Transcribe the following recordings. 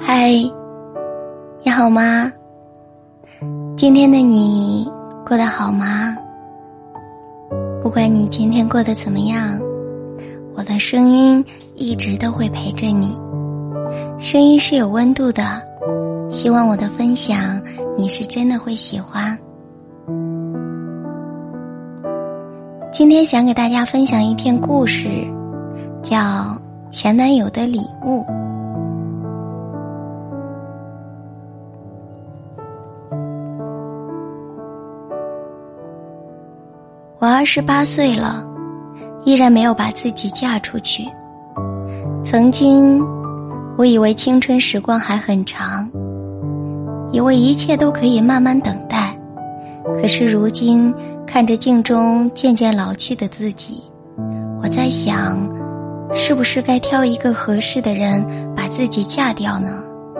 嗨，你好吗？今天的你过得好吗？不管你今天过得怎么样，我的声音一直都会陪着你。声音是有温度的，希望我的分享你是真的会喜欢。今天想给大家分享一篇故事，叫《前男友的礼物》。我28岁了，依然没有把自己嫁出去。曾经我以为青春时光还很长，以为一切都可以慢慢等待，可是如今看着镜中渐渐老去的自己，我在想，是不是该挑一个合适的人把自己嫁掉呢？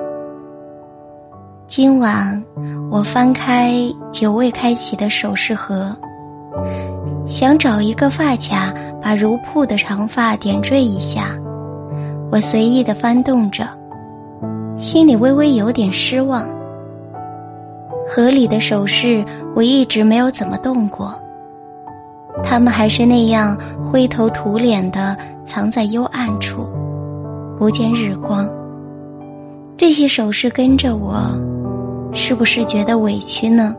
今晚我翻开久未开启的首饰盒，想找一个发卡把如瀑的长发点缀一下。我随意地翻动着，心里微微有点失望。盒里的首饰我一直没有怎么动过，它们还是那样灰头土脸地藏在幽暗处，不见日光。这些首饰跟着我，是不是觉得委屈呢？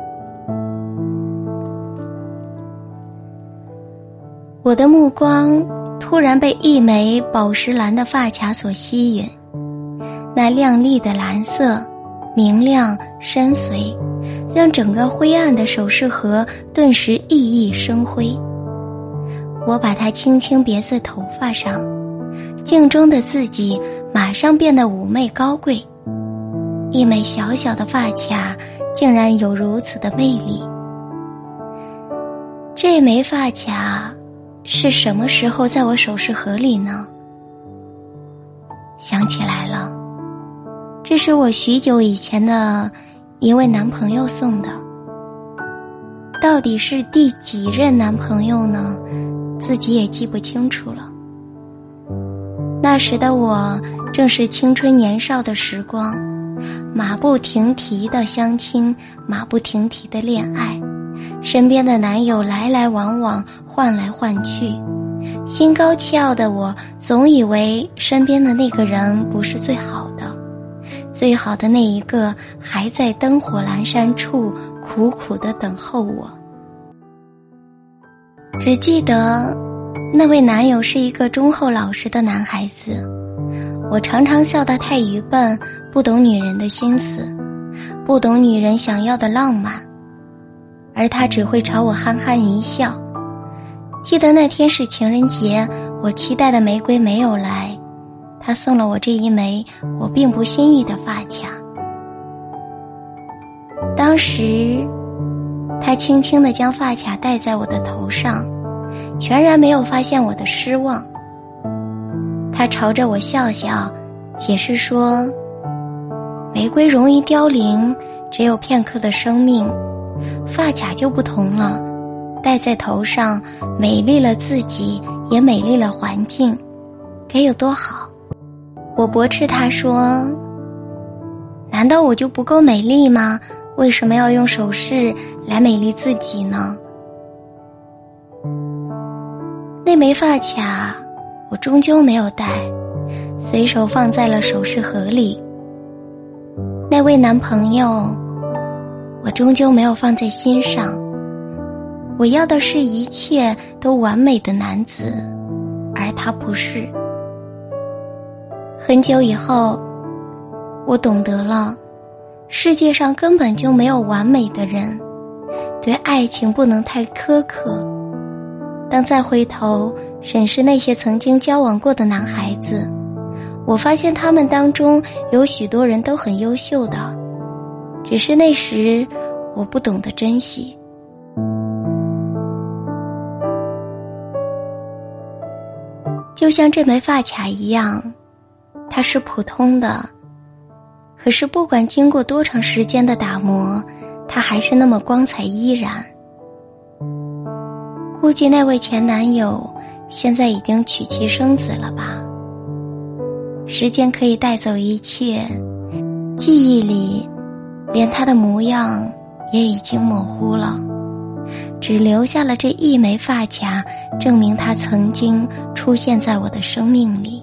我的目光突然被一枚宝石蓝的发卡所吸引，那亮丽的蓝色明亮深邃，让整个灰暗的首饰盒顿时熠熠生辉。我把它轻轻别在头发上，镜中的自己马上变得妩媚高贵。一枚小小的发卡竟然有如此的魅力。这枚发卡是什么时候在我首饰盒里呢？想起来了，这是我许久以前的一位男朋友送的。到底是第几任男朋友呢？自己也记不清楚了。那时的我正是青春年少的时光，马不停蹄的相亲，马不停蹄的恋爱，身边的男友来来往往，换来换去。心高气傲的我总以为身边的那个人不是最好的，最好的那一个还在灯火阑珊处苦苦地等候我。只记得那位男友是一个忠厚老实的男孩子，我常常笑他太愚笨，不懂女人的心思，不懂女人想要的浪漫，而他只会朝我憨憨一笑。记得那天是情人节，我期待的玫瑰没有来，他送了我这一枚我并不心意的发卡。当时他轻轻地将发卡戴在我的头上，全然没有发现我的失望。他朝着我笑笑，解释说，玫瑰容易凋零，只有片刻的生命，发卡就不同了，戴在头上美丽了自己，也美丽了环境，该有多好。我驳斥他说，难道我就不够美丽吗？为什么要用首饰来美丽自己呢？那枚发卡我终究没有戴，随手放在了首饰盒里。那位男朋友我终究没有放在心上。我要的是一切都完美的男子，而他不是。很久以后，我懂得了，世界上根本就没有完美的人，对爱情不能太苛刻。当再回头审视那些曾经交往过的男孩子，我发现他们当中有许多人都很优秀的，只是那时我不懂得珍惜。就像这枚发卡一样，它是普通的，可是不管经过多长时间的打磨，它还是那么光彩依然。估计那位前男友现在已经娶妻生子了吧。 时间可以带走一切，记忆里连他的模样也已经模糊了，只留下了这一枚发卡，证明他曾经出现在我的生命里。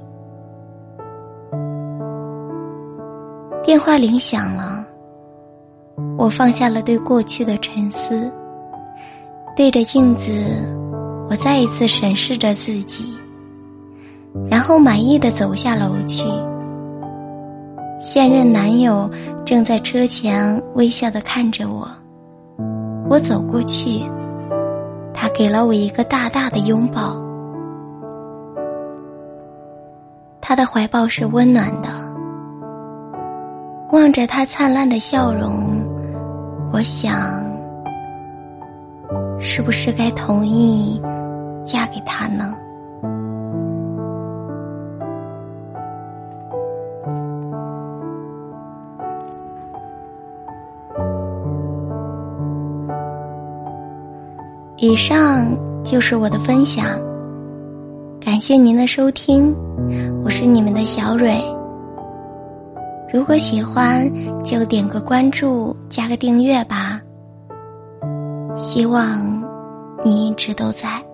电话铃响了，我放下了对过去的沉思，对着镜子，我再一次审视着自己，然后满意地走下楼去。现任男友正在车前微笑地看着我，我走过去，他给了我一个大大的拥抱。他的怀抱是温暖的，望着他灿烂的笑容，我想，是不是该同意嫁给他呢？以上就是我的分享，感谢您的收听，我是你们的小蕊。如果喜欢就点个关注，加个订阅吧。希望你一直都在。